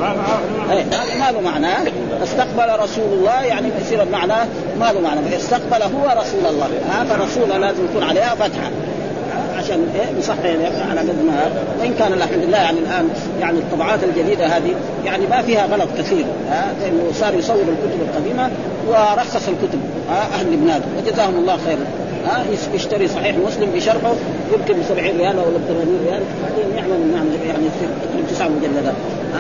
ما له معنى استقبل رسول الله يعني يصير معناه ما له معنى استقبل هو رسول الله ها فرسول لازم يكون عليها فتحة عشان إيه يصحح على قد ما وإن كان الحمد لله يعني الآن يعني الطبعات الجديدة هذه يعني ما فيها غلط كثير ها لأنه صار يصور الكتب القديمة ورخص الكتب ها أهل لبنان وجزاهم الله خيرا ها يشتري صحيح مسلم بشرحه يمكن بسبعين ريال ولا بثمانين ريال هذه نعمة من نعم يعني في تسع مجلدات.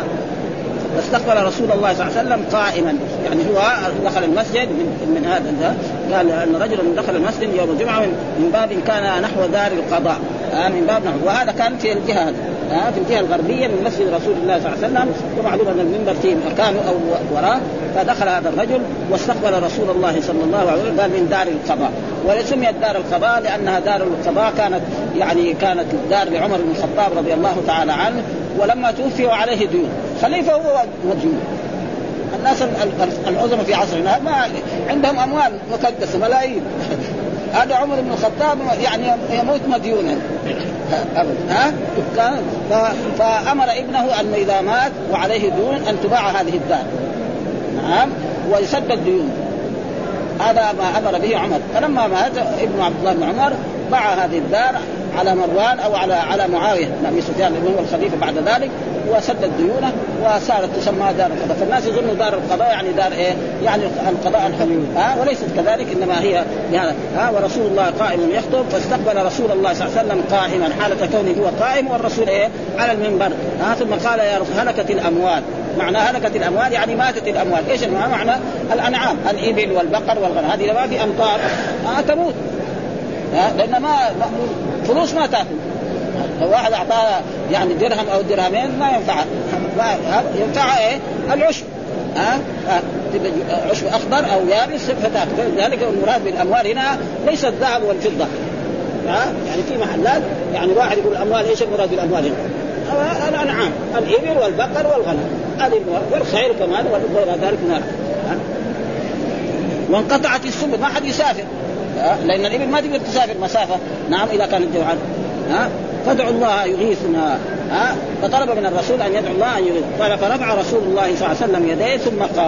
فاستقبل رسول الله صلى الله عليه وسلم قائما يعني هو دخل المسجد من, من هذا قال ان رجلا دخل المسجد يوم الجمعه من باب كان نحو دار القضاء من باب نحو وهذا كان في الجهه في الجهه الغربيه من مسجد رسول الله صلى الله عليه وسلم ومعلوم ان المنبر فيه مكانه او وراه. فدخل هذا الرجل واستقبل رسول الله صلى الله عليه وسلم قال من دار القضاء ولسميت دار القضاء لانها دار القضاء كانت يعني كانت دار لعمر بن الخطاب رضي الله تعالى عنه ولما توفي وعليه ديون خليفه هو مديون. الناس العظمى في عصرنا ما عندهم اموال مكدسه ملايين هذا عمر بن الخطاب يعني يموت مديونا ها فامر ابنه ان اذا مات وعليه ديون ان تباع هذه الدار نعم ويسدد ديون. هذا ما امر به عمر. فلما مات ابن عبد الله بن عمر باع هذه الدار على مروان او على على معاويه بن ابي سفيان اللي هو الخليفه بعد ذلك وسدد ديونه وصارت تسمى دار القضاء. فالناس يظنوا دار القضاء يعني دار ايه يعني القضاء الحكم ها وليست كذلك انما هي بهذا ها ورسول الله قائم يخطب فاستقبل رسول الله صلى الله عليه وسلم قائما حاله كونه هو قائم والرسول ايه على المنبر ها ثم قال يا رسول هلكت الاموال. معنى هلكت الاموال يعني ماتت الاموال. ايش معنى الانعام الابل والبقر والغنم هذه ما في امطار ها تموت لان ما فلوس ما تاكل. لو واحد اعطاه يعني درهم او درهمين ما ينفع ينفع ايه العشب ها عشب اخضر او يابس فتاكل. لذلك المراد بالاموال هنا ليس الذهب والفضه ها يعني في محلات يعني واحد يقول الاموال ايش المراد بالاموال هنا الانعام الابل والبقر والغنم هذه والخيل كمان وغير ذلك من وانقطعت السبل ما حد يسافر لأن الإبل ما تقدر تسافر مسافة نعم إذا كانت جوعان ها فادعوا الله يغيثنا ها فطلب من الرسول أن يدعو الله أن يغيث. قال فرفع رسول الله صلى الله عليه وسلم يديه ثم قال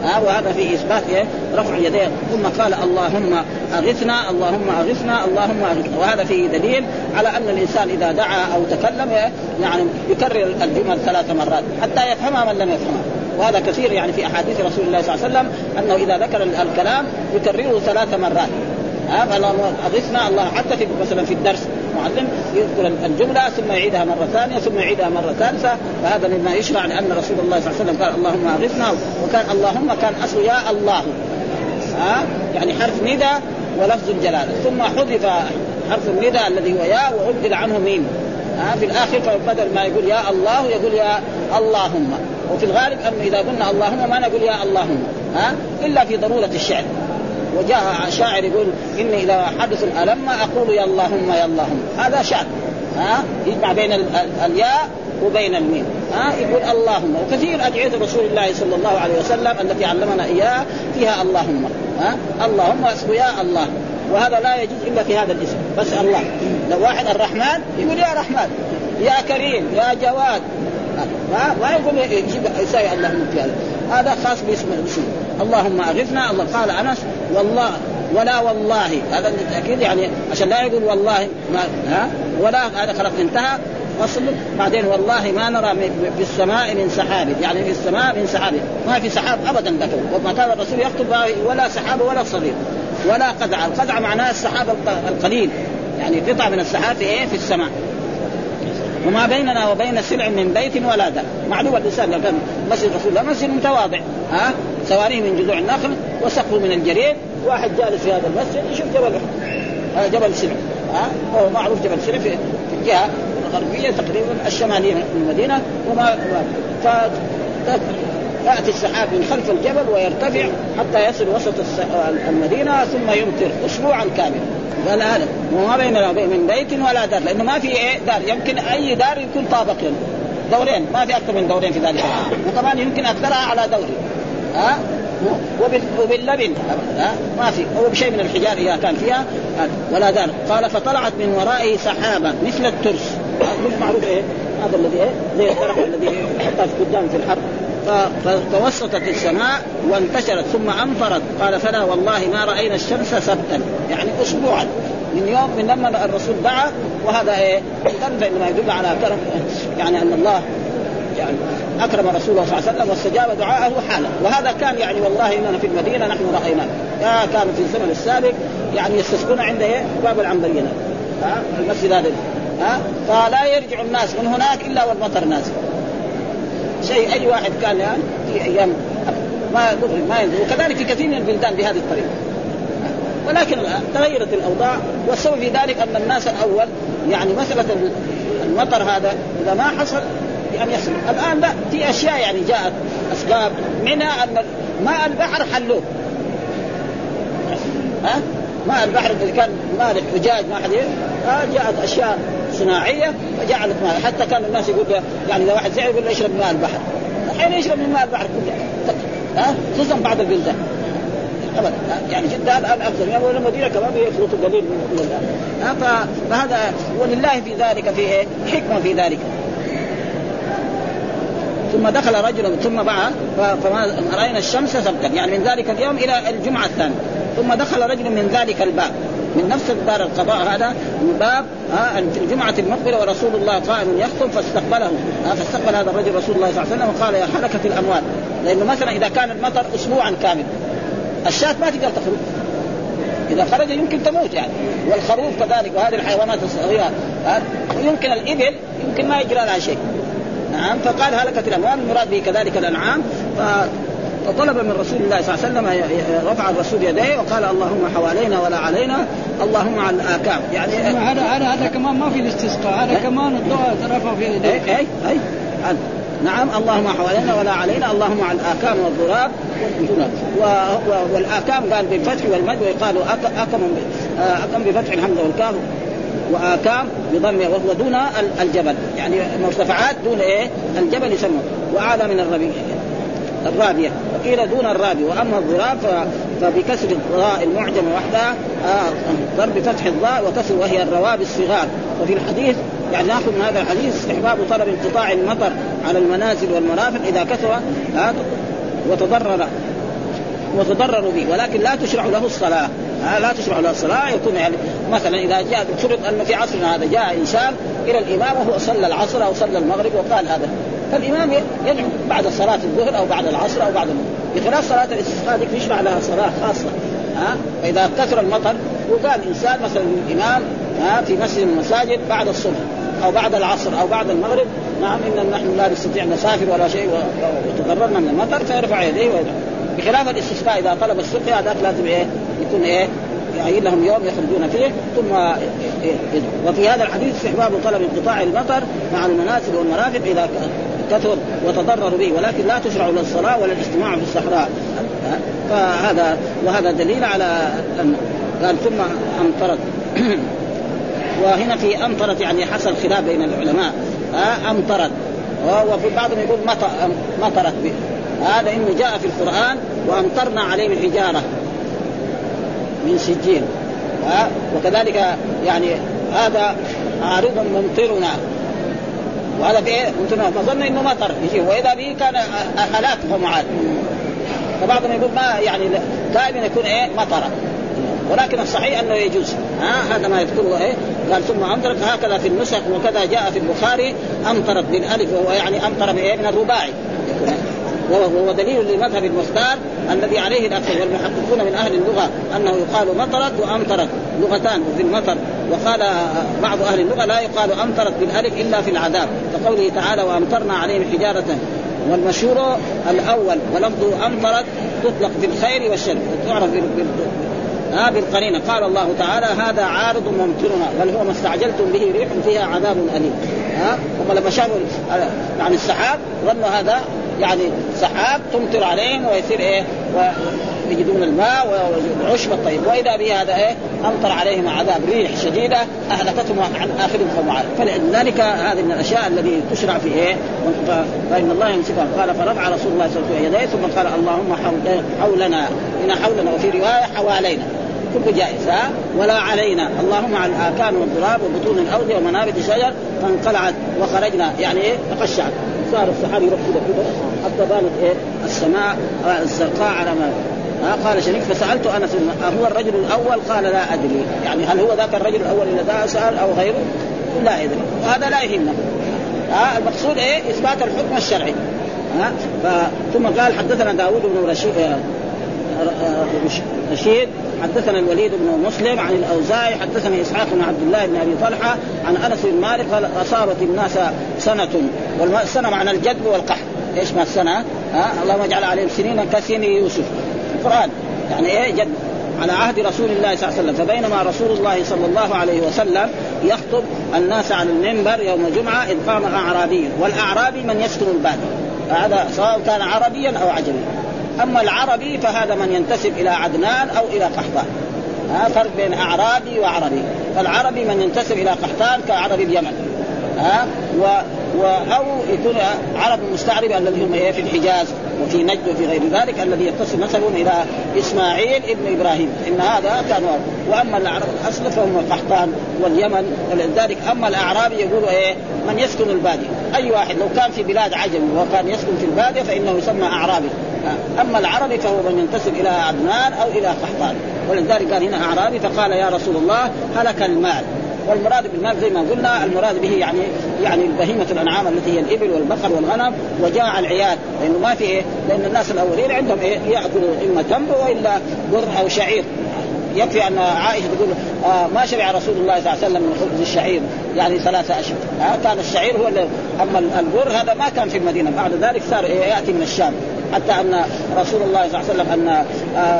ها وهذا في إثبات رفع اليدين. ثم قال اللهم أغثنا اللهم أغثنا اللهم أغثنا. وهذا فيه دليل على أن الإنسان إذا دعا أو تكلم يعني يكرر الجمل ثلاث مرات حتى يفهمها من لم يفهمها. وهذا كثير يعني في أحاديث رسول الله صلى الله عليه وسلم أنه إذا ذكر الكلام يكرره ثلاث مرات. ها اللهم أغثنا الله حتى في مثلا في الدرس معلم يذكر الجملة ثم يعيدها مرة ثانية ثم يعيدها مرة ثالثة. فهذا مما يشرع لأن رسول الله صلى الله عليه وسلم قال اللهم أغثنا. وكان اللهم كان أصل يا الله ها يعني حرف ندى ولفظ الجلالة ثم حذف حرف الندى الذي هو يا وعدل عنه ميم ها في الآخر. فبدل ما يقول يا الله يقول يا اللهم. وفي الغالب أنه إذا قلنا اللهم ما نقول يا اللهم ها إلا في ضرورة الشعر. وجاء شاعر يقول إني إذا حدث الألم أقول يا اللهم يا اللهم. هذا شعر ها يجمع بين الياء وبين الميم ها يقول اللهم. وكثير أدعية رسول الله صلى الله عليه وسلم التي علمنا إياه فيها اللهم ها اللهم اسمه يا الله. وهذا لا يجوز إلا في هذا الاسم بس الله. لو واحد الرحمن يقول يا رحمن يا كريم يا جواد ها ما يقول يساوي اللهم في هذا. هذا خاص باسم الاسم. اللهم أغثنا. الله قال أنس والله ولا والله هذا بالتأكيد يعني عشان لا يقول والله ما ها ولا هذا خلاص انتهى وصل. بعدين والله ما نرى في السماء من سحاب يعني في السماء من سحاب ما في سحاب أبدا ذكر. وما كان الرسول يخطب ولا سحاب ولا صغير ولا قدع. القدع معناه السحاب القليل يعني قطع من السحاب في إيه في السماء. وما بيننا وبين سلع من بيت ولا دار. معلومة الإنسان لو كان مسجد رسول الله مسجد متواضع ها سواريه من جذوع النخل وسقفه من الجريد. واحد جالس في هذا المسجد يشوف جبل هذا جبل سلع ها هو معروف جبل سلع في الجهة الغربية تقريبا الشمالية من المدينة. وما يأتي السحاب من خلف الجبل ويرتفع حتى يصل وسط المدينة ثم يمطر أسبوعا كامل. قال هذا وما بيننا من بيت ولا دار لأنه ما في إيه دار. يمكن أي دار يكون طابقين دورين ما في أكثر من دورين في ذلك. وكمان يمكن أكثرها على دوري ها وباللبن ها ما في أو بشيء من الحجار إذا كان فيها ولا دار. قال فطلعت من ورائه سحابة مثل الترس. مش معروف إيه هذا الذي إيه زي الطرف الذي حطها في قدام في الحرب. فتوسطت السماء وانتشرت ثم أنفرت. قال فلا والله ما رأينا الشمس سبتا يعني أسبوعا من يوم من لما الرسول دعا. وهذا إيه فإنما يدل على كرم يعني أن الله يعني أكرم رسوله صلى الله عليه وسلم واستجاب دعاءه حالا. وهذا كان يعني والله إننا في المدينة نحن رأيناه كانوا في الزمن السابق يعني يستسقون عند إيه باب العنبريين ها المسجد هذا ها فلا يرجع الناس من هناك إلا والمطر نازل شيء. أي واحد كان يعني في أيام ما ما ينزل. وكذلك في كثير من البلدان بهذه الطريقة. ولكن الآن تغيرت الأوضاع والسبب في ذلك أن الناس الأول يعني مسألة المطر هذا إذا ما حصل يعني يحصل. الآن لا في أشياء يعني جاءت أسباب منها أن ماء البحر حلوه ها ماء البحر اللي كان مالح وجاج ما حد ها جاءت أشياء صناعية فجعلت ماء. حتى كان الناس يقول يعني إذا واحد زعل يقول له اشرب ماء البحر. الحين يشرب من ماء البحر كله ها خصوصا بعض البلدان أبدا يعني جدا الآن أفضل يعني والمدينة كمان بيخلطوا قليل من الآن. فهذا ولله في ذلك في إيه حكمة في ذلك. ثم دخل رجل ثم بعد فما رأينا الشمس سبتا يعني من ذلك اليوم إلى الجمعة الثانية. ثم دخل رجل من ذلك الباب من نفس دار القضاء هذا الباب في الجمعة المقبلة ورسول الله قائم يخطب فاستقبله فاستقبل هذا الرجل رسول الله صلى الله عليه وسلم وقال يا حركة الأموال. لأنه مثلا إذا كان المطر أسبوعا كامل الشاة ما تقدر تخرج إذا خرج يمكن تموت يعني. والخروف كذلك وهذه الحيوانات الصغيرة ويمكن الإبل يمكن ما يجرى لها شيء نعم. فقال هلكت الأموال المراد به كذلك الأنعام. فطلب من رسول الله صلى الله عليه وسلم رفع الرسول يديه وقال اللهم حوالينا ولا علينا اللهم على الآكام يعني هذا هذا هذا كمان ما في الاستسقاء هذا كمان الدعاء رفع في يديه أي أي أي نعم اللهم حوالينا ولا علينا اللهم على الآكام والضراب والآكام قال بالفتح والمد ويقالوا أكم أكم بفتح الحمد والكاف وآكام بضم وهو دون الجبل يعني مرتفعات دون إيه الجبل يسمى وأعلى من الربيع الرابية وقيل دون الرابي. وأما الضراب فبكسر الضاء المعجم وحدها ضرب فتح الضاء وكسر وهي الروابي الصغار. وفي الحديث يعني نأخذ من هذا الحديث استحباب طلب انقطاع المطر على المنازل والمرافق إذا كثر وتضرر وتضرر به، ولكن لا تشرع له الصلاة. آه لا تشرع له الصلاة. يكون يعني مثلا إذا جاء فرض أنه في عصرنا هذا جاء إنسان إلى الإمام وهو صلى العصر أو صلى المغرب وقال هذا، فالإمام يدعو بعد صلاة الظهر أو بعد العصر أو بعد المغرب، بخلاف صلاة الاستسقاء دي يشرع لها صلاة خاصة. ها فإذا كثر المطر وقال إنسان مثلا الإمام ها في مسجد المساجد بعد الصبح أو بعد العصر أو بعد المغرب، نعم إن نحن لا نستطيع نسافر ولا شيء وتضررنا من المطر، فيرفع يديه ويدعو. بخلاف الاستسقاء إذا طلب السقيا هذاك لازم إيه يكون إيه يعين لهم يوم يخرجون فيه ثم يدعو. وفي هذا الحديث استحباب طلب انقطاع المطر مع المناسب والمرافق إذا كثر وتضرر به، ولكن لا تشرع للصلاة ولا الاجتماع في الصحراء. فهذا وهذا دليل على أن قال ثم أمطرت. وهنا في أمطرت يعني حصل خلاف بين العلماء. أمطرت وفي بعضهم يقول مطرت به، هذا إنه جاء في القرآن وأمطرنا عليهم الحجارة من سجين. وكذلك يعني هذا عارض ممطرنا، وهذا بإيه ممطرنا فظن إنه مطر يجي، وإذا به كان هلاك ومعاد. فبعضهم يقول ما يعني دائما يكون إيه مطر، ولكن الصحيح أنه يجوز. ها هذا ما يذكره إيه قال ثم أمطرت هكذا في النسخ، وكذا جاء في البخاري أمطرت بالألف، وهو يعني أمطر بإيه من الرباعي، وهو دليل للمذهب المختار الذي عليه الأكثر والمحققون من أهل اللغة أنه يقال مطرت وأمطرت لغتان في المطر. وقال بعض أهل اللغة لا يقال أمطرت بالألف إلا في العذاب، كقوله تعالى وأمطرنا عليهم حجارة. والمشهور الأول ولفظ أمطرت تطلق في الخير والشر وتعرف ها بالقرينة. قال الله تعالى هذا عارض ممطرنا بل هو ما استعجلتم به ريح فيها عذاب أليم. ها هم لما شافوا يعني السحاب ظنوا هذا يعني سحاب تمطر عليهم ويصير ايه ويجدون الماء والعشب الطيب، واذا به هذا ايه امطر عليهم عذاب ريح شديده اهلكتهم عن اخرهم فمعاد. فلذلك هذه من الاشياء التي تشرع في ايه فان الله يمسكها. قال فرفع رسول الله صلى الله عليه وسلم يديه ثم قال اللهم حولنا هنا حولنا، وفي روايه حوالينا كل جائز ها ولا علينا، اللهم على الآكام والضراب وبطون الأودية ومنابت الشجر فانقلعت وخرجنا يعني ايه تقشعت، صار السحاب يروح كده كده حتى بانت ايه السماء الزرقاء على ما ها. قال شريك فسألت أنس هو الرجل الأول؟ قال لا أدري، يعني هل هو ذاك الرجل الأول اللي ذا سأل أو غيره؟ لا أدري، وهذا لا يهمنا. ها المقصود ايه إثبات الحكم الشرعي. ها ثم قال حدثنا داود بن رشيد رشيد حدثنا الوليد بن مسلم عن الأوزاعي حدثني إسحاق بن عبد الله بن أبي طلحة عن أنس بن مالك قال أصابت الناس سنة، والسنة معنى الجدب والقحط. إيش ما السنة؟ ها اللهم اجعل عليهم سنين كسن يوسف. القرآن يعني إيه جدب على عهد رسول الله صلى الله عليه وسلم. فبينما رسول الله صلى الله عليه وسلم يخطب الناس على المنبر يوم الجمعة إذ قام أعرابي، والأعرابي من يسكن البادية، هذا سواء كان عربيا أو عجميا. أما العربي فهذا من ينتسب إلى عدنان أو إلى قحطان. ها فرق بين أعرابي وعربي. فالعربي من ينتسب إلى قحطان كعربي اليمن، ها و... و... أو يكون عرب مستعرب الذي هم في الحجاز وفي نجد وفي غير ذلك الذي يتصل نسبهم إلى إسماعيل ابن إبراهيم، إن هذا كان. وأما العرب الأصل فهم قحطان واليمن. ولذلك أما الأعرابي يقولوا إيه من يسكن البادية، أي واحد لو كان في بلاد عجم وكان يسكن في البادية فإنه يسمى أعرابي. أما العربي فهو من ينتسب إلى عدنان أو إلى قحطان. ولذلك قال هنا أعرابي فقال يا رسول الله هلك المال. والمراد بالمال زي ما قلنا المراد به يعني يعني البهيمة الأنعام التي هي الإبل والبقر والغنم، وجاع العيال، لأنه ما في إيه لأن الناس الأولين عندهم إيه يأكلوا إما تمر وإلا بر أو شعير. يكفي أن عائشة تقول آه ما شبع رسول الله صلى الله عليه وسلم من خبز الشعير يعني ثلاثة أشهر. آه كان الشعير هو اللي، أما البر هذا ما كان في المدينة، بعد ذلك صار إيه يأتي من الشام. حتى أن رسول الله صلى الله عليه وسلم أن, آه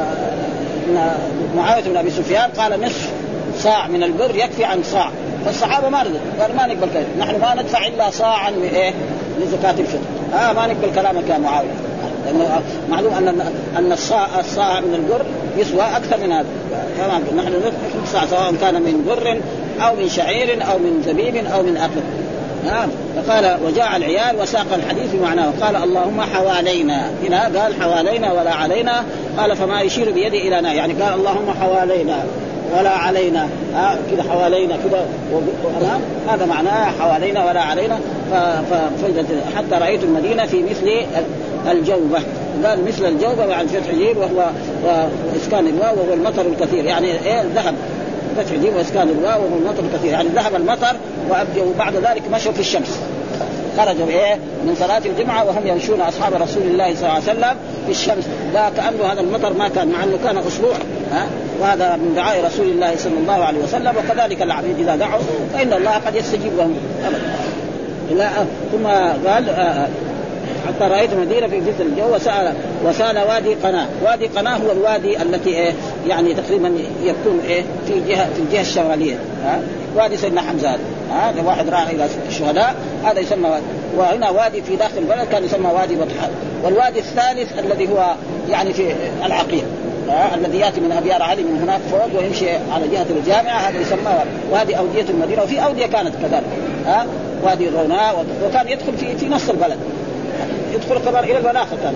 أن معاوية بن أبي سفيان قال نصف صاع من البر يكفي عن صاع، فالصحابة ما رضوا قال ما نقبل كلام، نحن ما ندفع إلا صاعا من إيه لزكاة الفطر. آه ما نقبل كلامك يا معاوية، لأنه معلوم أن أن الصاع الصاع من البر يسوى أكثر من هذا. تمام نحن ندفع صاع سواء كان من بر أو من شعير أو من زبيب أو من أكل. نعم. فقال وجاء العيال وساق الحديث بمعناه وقال اللهم حوالينا. هنا قال حوالينا ولا علينا، قال فما يشير بيده إلى نا، يعني قال اللهم حوالينا ولا علينا. آه كده حوالينا كده وأمام، هذا معناه حوالينا ولا علينا. ف... ف... حتى رأيت المدينة في مثل الجوبة. قال مثل الجوبة مع الفتح جيم وهو وإسكان الواو وهو المطر الكثير، يعني إيه ذهب فتح جيم وإسكان الواو وهو المطر الكثير، يعني ذهب المطر وبعد ذلك مشوا في الشمس، خرجوا إيه من صلاة الجمعة وهم يمشون أصحاب رسول الله صلى الله عليه وسلم في الشمس، لا كأنه هذا المطر ما كان، مع أنه كان أسبوع ها، وهذا من دعاء رسول الله صلى الله عليه وسلم. وكذلك العبيد إذا دعوا فإن الله قد يستجيب لهم لا. ثم قال آه حتى رأيت مدينة في جزء الجو وسأل وسال وادي قناة. وادي قناة هو الوادي التي إيه يعني تقريبا يكون إيه في جهة في الجهة الشمالية، ها وادي سيدنا حمزة هذا آه واحد راح إلى الشهداء هذا يسمى وادي. وهنا وادي في داخل البلد كان يسمى وادي بطحاء. والوادي الثالث الذي هو يعني في العقيق آه الذي يأتي من أبيار علي من هناك فوق ويمشي على جهة الجامعة، هذا يسمى وادي أودية المدينة. وفي أودية كانت كذلك ها آه وادي الروناء، وكان يدخل في في نص البلد، يدخل كمان إلى المناخ كان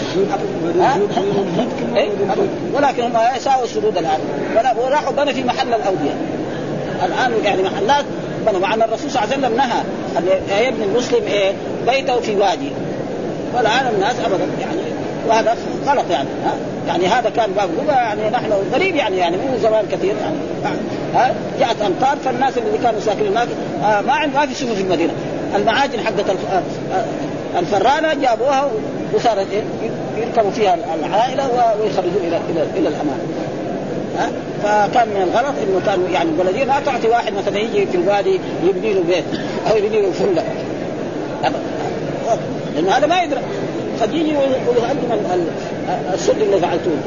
إيه؟ ولكن هم يساووا السدود الآن وراحوا بنوا في محل الأودية الآن، يعني محلات بنوا. مع أن الرسول صلى الله عليه وسلم نهى أن يبني المسلم إيه بيته في وادي، والآن الناس أبدا يعني وهذا غلط يعني ها يعني هذا كان باب يعني نحن غريب يعني يعني مو زمان كثير يعني ها جاءت أمطار فالناس اللي كانوا ساكنين هناك آه ما عند ما في سوق في المدينة، المعاجن حقت الفرانة جابوها وصارت يركبوا فيها العائلة ويخرجون إلى إلى إلى الأمان ها. فكان من الغلط إنه كانوا يعني البلدية ما تعطي واحد مثلا يجي في الوادي يبني له بيت أو يبني له فندق، لأن هذا ما يدري قد يجي ويهدم السد اللي فعلتوه.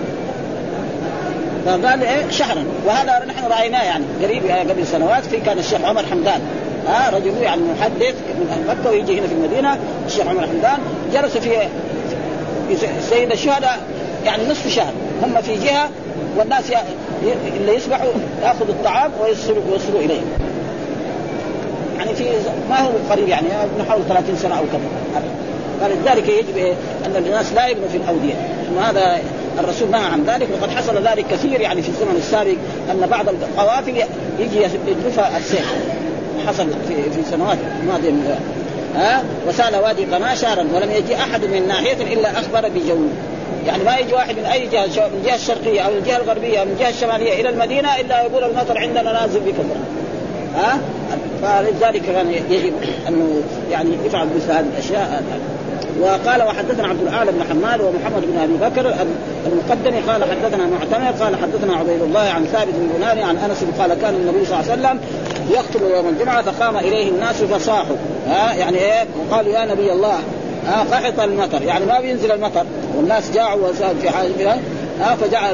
فقال إيه شهرا، وهذا نحن رأيناه يعني قريب قبل سنوات في كان الشيخ عمر حمدان ها رجل يعني محدث من مكة ويجي هنا في المدينة. الشيخ عمر حمدان جلس في سيد الشهداء يعني نصف شهر، هم في جهة والناس اللي يسبحوا يأخذوا الطعام ويصلوا ويصلوا إليه، يعني في ما هو قريب يعني نحول ثلاثين سنة أو كذا. فلذلك يجب إيه أن الناس لا يبنوا في الأودية، وهذا الرسول نهى عن ذلك. وقد حصل ذلك كثير يعني في الزمن السابق أن بعض القوافل يجي يجلفها السيف، حصل في في سنوات ماضية من ها. وسال وادي قناة شهرا ولم يجي أحد من ناحية إلا أخبر بجو، يعني ما يجي واحد من أي جهة، من الجهة الشرقية أو الجهة الغربية أو من الجهة الشمالية إلى المدينة إلا يقول المطر عندنا نازل بكثرة ها. فلذلك كان يجب أنه يعني يفعل مثل هذه الأشياء. وقال وحدثنا عبد الأعلى بن حماد ومحمد بن أبي بكر المقدمي قال حدثنا معتمر قال حدثنا عبيد الله عن ثابت بن بناني عن أنس قال كان النبي صلى الله عليه وسلم يخطب يوم الجمعة فقام إليه الناس فصاحوا ها يعني إيه وقالوا يا نبي الله ها قحط المطر، يعني ما بينزل المطر والناس جاعوا وساد في حاجة ها فجعل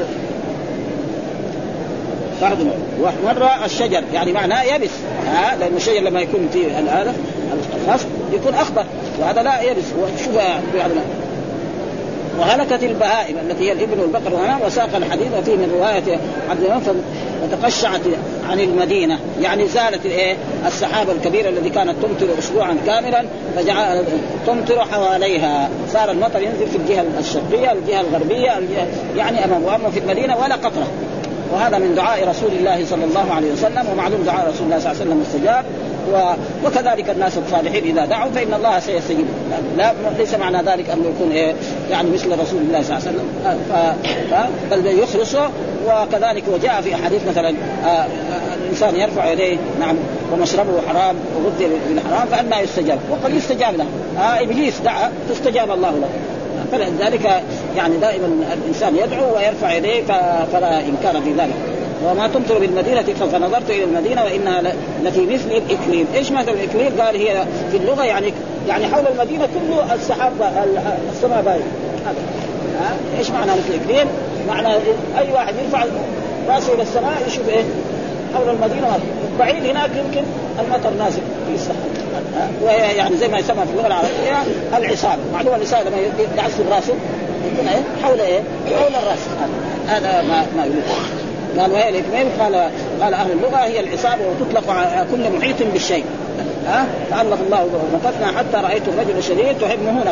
واحمر الشجر يعني معناه يبس ها، لأن الشجر لما يكون في هذا الخصب يكون أخضر وهذا لا يبس. وشوف يعني وهلكت البهائم التي هي الإبل والبقر والغنم. وساق الحديث وفيه من رواية عبد الرحمن فتقشعت عن المدينة، يعني زالت الايه السحابة الكبيرة التي كانت تمطر أسبوعا كاملا فجعل تمطر حواليها، صار المطر ينزل في الجهة الشرقية الجهة الغربية الجهة يعني أمام وأما في المدينة ولا قطرة. وهذا من دعاء رسول الله صلى الله عليه وسلم، ومعلوم دعاء رسول الله صلى الله عليه وسلم مستجاب. وكذلك الناس الصالحين إذا دعوا فإن الله سيستجيب، لا ليس معنى ذلك أن يكون إيه يعني مثل رسول الله صلى الله عليه وسلم بل يخلصه. وكذلك وجاء في أحاديث مثلا آه الإنسان يرفع يديه نعم ومشربه حرام وغذي بالحرام فأنه يستجاب، وقد يستجاب له آه إبليس دعا فاستجاب الله له. فلذلك يعني دائما الإنسان يدعو ويرفع يديه فلا إنكار في ذلك. وما تمطر بالمدينة فنظرت إلى المدينة وإنها لفي مثل الإكليل. إيش مثل الإكليل؟ قال هي في اللغة يعني يعني حول المدينة كله السحاب السماء باين. هذا إيش معنى مثل الإكليل؟ معنى أي واحد يرفع رأسه إلى السماء يشوف إيه حول المدينة بعيد هناك يمكن المطر نازل في السحاب. وهي يعني زي ما يسمى في اللغة العربية العصابة. معلومة العصابة لما يعصب رأسه يكون إيه حول إيه حول الرأس. هذا ما ما يقول. قال وهي الإكمال قال قال أهل اللغة هي العصابة وتطلق على كل محيط بالشيء. ها فألف الله مقتنا حتى رأيت الرجل الشديد تحبه نفسه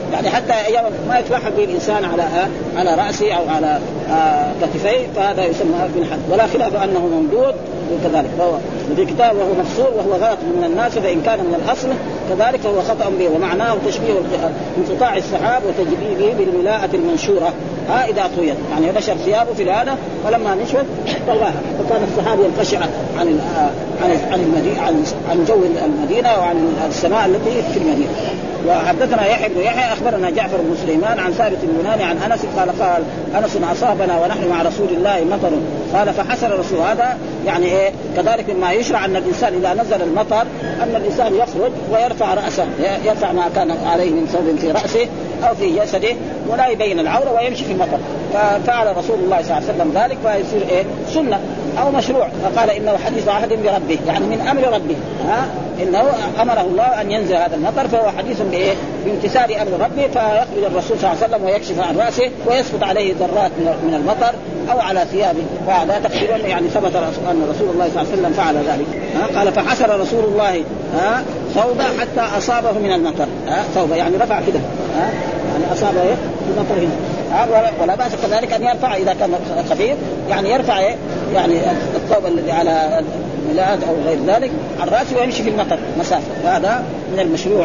يعني حتى أيام ما يتوحد به الإنسان على على رأسه أو على كتفيه فهذا يسمى بالحد، ولا خلاف أنه ممدود وكذلك. فهو في كتاب وهو مفصول وهو غلط من الناس، فإن كان من الأصل كذلك فهو خطأ به، ومعناه تشبيه انقطاع السحاب وتجديده بالولاءة المنشورة ها إذا طويت، يعني نشر ثيابه في الهذا فلما نشفت طواها، فكان السحاب ينقشع عن عن عن المدينة عن عن جو المدينة وعن السماء التي في المدينة. وحدثنا يحيى بن يحيى أخبرنا جعفر بن سليمان عن ثابت البناني عن أنس قال قال أنس أصابنا ونحن مع رسول الله مطر قال فحسر الرسول. هذا يعني إيه كذلك مما يشرع أن الإنسان إذا نزل المطر أن الإنسان يخرج ويرفع رأسه، يرفع ما كان عليه من ثوب في رأسه أو في جسده ولا يبين العورة ويمشي في المطر. ففعل رسول الله صلى الله عليه وسلم ذلك فيصير إيه سنة أو مشروع. فقال إنه حديث عهد بربه، يعني من أمر ربه، ها إنه أمره الله أن ينزل هذا المطر، فهو حديث بإيه بامتثال أمر ربه. فيخرج الرسول صلى الله عليه وسلم ويكشف عن رأسه ويسقط عليه ذرات من المطر أو على ثيابه، فهذا تقريبا يعني ثبت أن رسول الله صلى الله عليه وسلم فعل ذلك. ها قال فحسر رسول الله ها ثوبه حتى أصابه من المطر، ها ثوبه يعني رفع كده، ها يعني أصابه إيه المطر هنا، ها ولا بأس كذلك أن يرفع إذا كان خفيف، يعني يرفع إيه يعني الثوب الذي على الميلاد أو غير ذلك عن رأسه ويمشي في المطر مسافة، وهذا من المشروع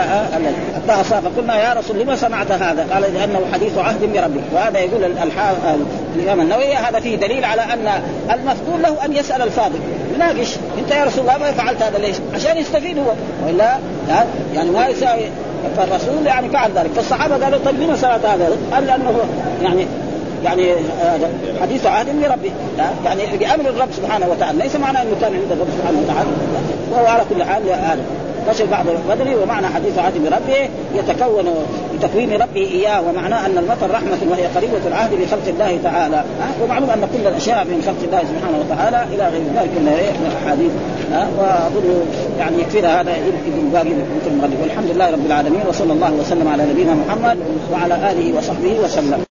حتى أصاب. قلنا يا رسول لما صنعت هذا؟ قال لأنه حديث عهد بربه. وهذا يقول الإمام النووي هذا فيه دليل على أن المفضول له أن يسأل الفاضل يناقش، أنت يا رسول الله ما فعلت هذا ليش؟ عشان يستفيد هو، وإلا يعني ما يساوي. فالرسول يعني فعل ذلك. فالصحابة قالوا طيب لما صنعت هذا؟ قال لأنه يعني يعني حديث عهد بربه، يعني بأمر الرب سبحانه وتعالى، ليس معنى أنه كان عند الرب سبحانه وتعالى، وهو على كل حال هذا نشر بعض البدري. ومعنى حديث عهد بربه يتكون بتكوين ربه إياه، ومعناه أن المطر رحمة وهي قريبة العهد بخلق الله تعالى. ومعلوم أن كل الأشياء من خلق الله سبحانه وتعالى إلى غير ذلك من الأحاديث. وأظن يعني يكفينا هذا ابن باقي مثل المغرب. والحمد لله رب العالمين، وصلى الله وسلم على نبينا محمد وعلى آله وصحبه وسلم.